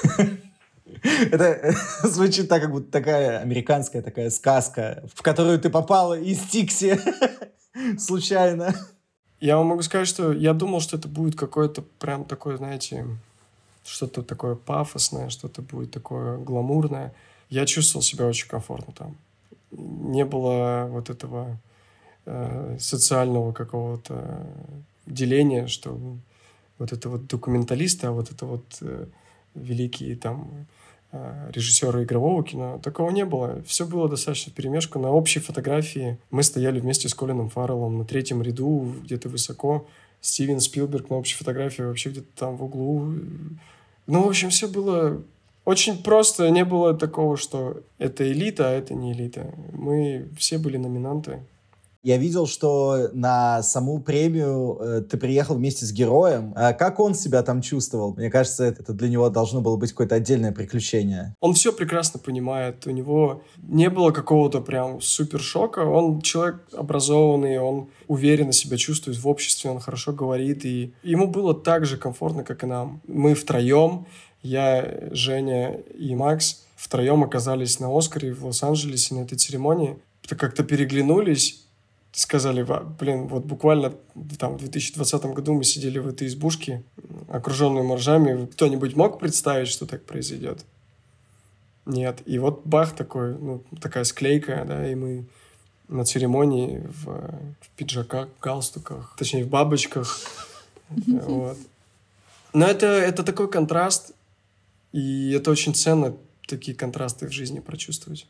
Это звучит так, как будто такая американская такая сказка, в которую ты попала из Тикси случайно. Я вам могу сказать, что я думал, что это будет какое-то прям такое, знаете, что-то такое пафосное, что-то будет такое гламурное. Я чувствовал себя очень комфортно там. Не было вот этого социального какого-то деления, что вот это вот документалисты, а вот это вот великие там режиссеры игрового кино. Такого не было. Все было достаточно вперемешку. На общей фотографии мы стояли вместе с Колином Фарреллом на 3-м ряду, где-то высоко. Стивен Спилберг на общей фотографии вообще где-то там в углу. В общем, все было очень просто. Не было такого, что это элита, а это не элита. Мы все были номинанты. Я видел, что на саму премию ты приехал вместе с героем. Как он себя там чувствовал? Мне кажется, это для него должно было быть какое-то отдельное приключение. Он все прекрасно понимает. У него не было какого-то прям супер шока. Он человек образованный, он уверенно себя чувствует в обществе, он хорошо говорит. И ему было так же комфортно, как и нам. Мы втроем, я, Женя и Макс, втроем оказались на «Оскаре» в Лос-Анджелесе на этой церемонии. Как-то переглянулись, сказали, вот буквально там в 2020 году мы сидели в этой избушке, окруженной моржами. Кто-нибудь мог представить, что так произойдет? Нет. И вот бах такой, такая склейка, да, и мы на церемонии в пиджаках, в галстуках, точнее, в бабочках. Вот. Но это такой контраст, и это очень ценно, такие контрасты в жизни прочувствовать.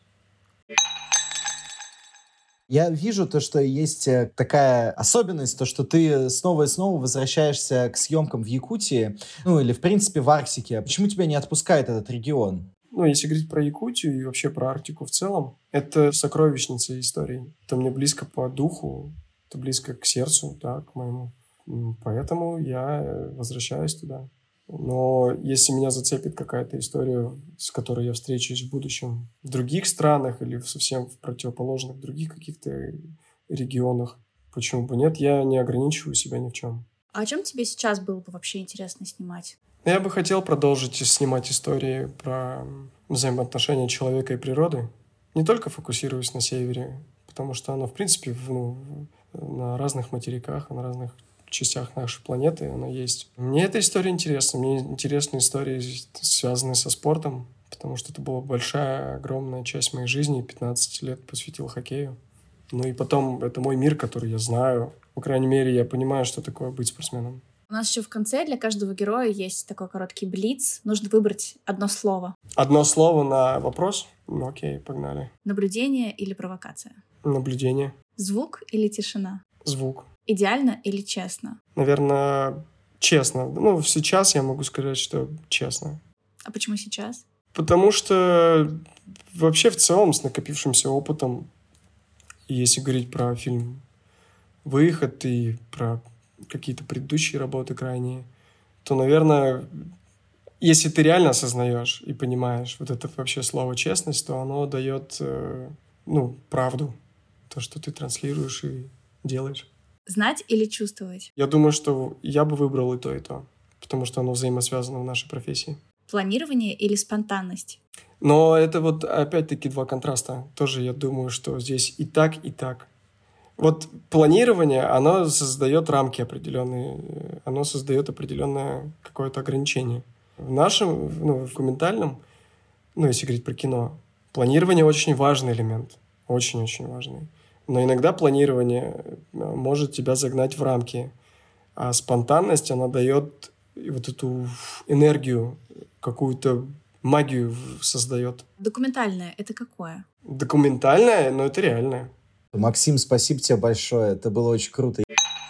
Я вижу то, что есть такая особенность, то, что ты снова и снова возвращаешься к съемкам в Якутии, или, в принципе, в Арктике. Почему тебя не отпускает этот регион? Если говорить про Якутию и вообще про Арктику в целом, это сокровищница истории. Это мне близко по духу, это близко к сердцу, да, к моему. Поэтому я возвращаюсь туда. Но если меня зацепит какая-то история, с которой я встречусь в будущем в других странах или совсем в противоположных других каких-то регионах, почему бы нет, я не ограничиваю себя ни в чем. А о чем тебе сейчас было бы вообще интересно снимать? Я бы хотел продолжить снимать истории про взаимоотношения человека и природы, не только фокусируясь на севере, потому что оно, в принципе, на разных материках, на разных частях нашей планеты она есть. Мне эта история интересна. Мне интересны истории, связанные со спортом, потому что это была большая, огромная часть моей жизни. 15 лет посвятил хоккею. И потом это мой мир, который я знаю. По крайней мере, я понимаю, что такое быть спортсменом. У нас еще в конце для каждого героя есть такой короткий блиц. Нужно выбрать одно слово. Одно слово на вопрос? Ну, окей, погнали. Наблюдение или провокация? Наблюдение. Звук или тишина? Звук. Идеально или честно? Наверное, честно. Ну, сейчас я могу сказать, что честно. А почему сейчас? Потому что вообще в целом с накопившимся опытом, если говорить про фильм «Выход» и про какие-то предыдущие работы крайние, то, наверное, если ты реально осознаешь и понимаешь вот это вообще слово «честность», то оно дает, правду. То, что ты транслируешь и делаешь. Знать или чувствовать? Я думаю, что я бы выбрал и то, потому что оно взаимосвязано в нашей профессии. Планирование или спонтанность? Но это вот опять-таки два контраста. Тоже я думаю, что здесь и так, и так. Вот планирование, оно создает рамки определенные, оно создает определенное какое-то ограничение. В нашем, в документальном, если говорить про кино, планирование очень важный элемент. Очень-очень важный. Но иногда планирование может тебя загнать в рамки. А спонтанность, она дает вот эту энергию, какую-то магию создает. Документальное — это какое? Документальное, но это реальное. Максим, спасибо тебе большое. Это было очень круто.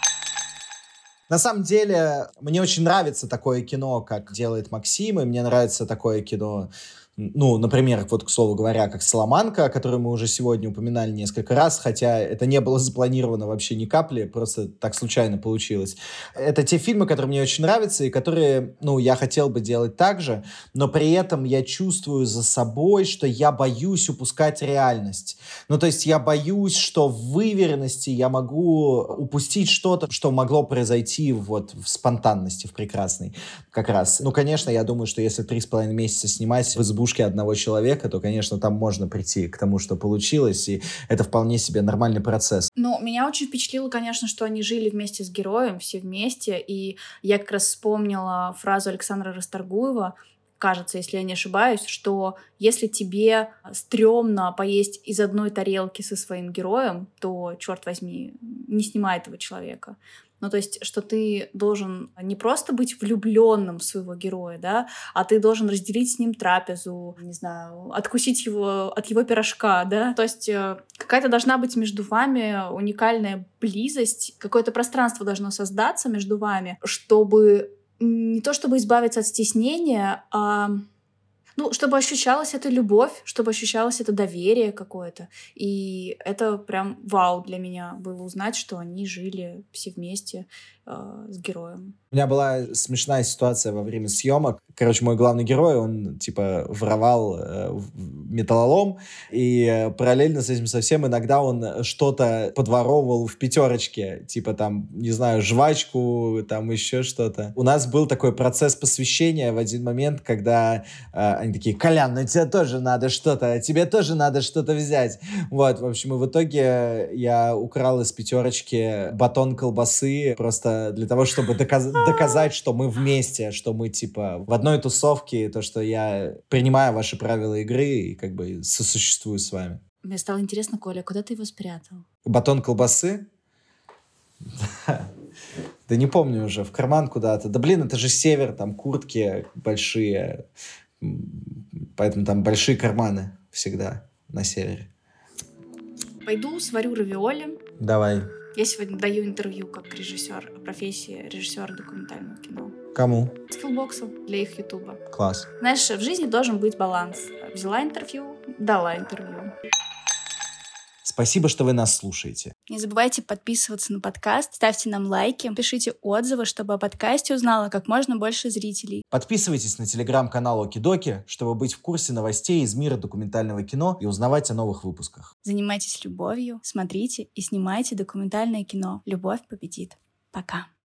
На самом деле, мне очень нравится такое кино, как делает Максим, и мне нравится такое кино, например, вот, к слову говоря, как «Соломанка», которую мы уже сегодня упоминали несколько раз, хотя это не было запланировано вообще ни капли, просто так случайно получилось. Это те фильмы, которые мне очень нравятся, и которые, я хотел бы делать так же, но при этом я чувствую за собой, что я боюсь упускать реальность. То есть я боюсь, что в выверенности я могу упустить что-то, что могло произойти вот в спонтанности, в прекрасной как раз. Конечно, я думаю, что если 3,5 месяца снимать в избушке одного человека, то, конечно, там можно прийти к тому, что получилось, и это вполне себе нормальный процесс. Меня очень впечатлило, конечно, что они жили вместе с героем, все вместе, и я как раз вспомнила фразу Александра Расторгуева, кажется, если я не ошибаюсь, что если тебе стрёмно поесть из одной тарелки со своим героем, то, черт возьми, не снимай этого человека. То есть, что ты должен не просто быть влюбленным в своего героя, да, а ты должен разделить с ним трапезу, не знаю, откусить его от его пирожка, да. То есть какая-то должна быть между вами уникальная близость, какое-то пространство должно создаться между вами, чтобы не то чтобы избавиться от стеснения, а чтобы ощущалась эта любовь, чтобы ощущалось это доверие какое-то. И это прям вау для меня было узнать, что они жили все вместе с героем. У меня была смешная ситуация во время съемок. Короче, мой главный герой, он, воровал металлолом, и параллельно с этим совсем иногда он что-то подворовывал в пятерочке, не знаю, жвачку, еще что-то. У нас был такой процесс посвящения в один момент, когда они такие: «Колян, тебе тоже надо что-то, тебе тоже надо что-то взять». Вот, в общем, и в итоге я украл из пятерочки батон колбасы просто для того, чтобы доказать, что мы вместе, что мы, в одной тусовке, то, что я принимаю ваши правила игры и сосуществую с вами. Мне стало интересно, Коля, куда ты его спрятал? Батон колбасы? Да не помню уже, в карман куда-то. Да блин, это же север, там куртки большие, поэтому там большие карманы всегда на севере. Пойду сварю равиоли. Давай. Я сегодня даю интервью как режиссер о профессии режиссера документального кино. Кому? Скиллбоксу для их ютуба. Класс. Знаешь, в жизни должен быть баланс. Взяла интервью, дала интервью. Спасибо, что вы нас слушаете. Не забывайте подписываться на подкаст, ставьте нам лайки, пишите отзывы, чтобы о подкасте узнало как можно больше зрителей. Подписывайтесь на телеграм-канал Окидоки, чтобы быть в курсе новостей из мира документального кино и узнавать о новых выпусках. Занимайтесь любовью, смотрите и снимайте документальное кино. Любовь победит. Пока.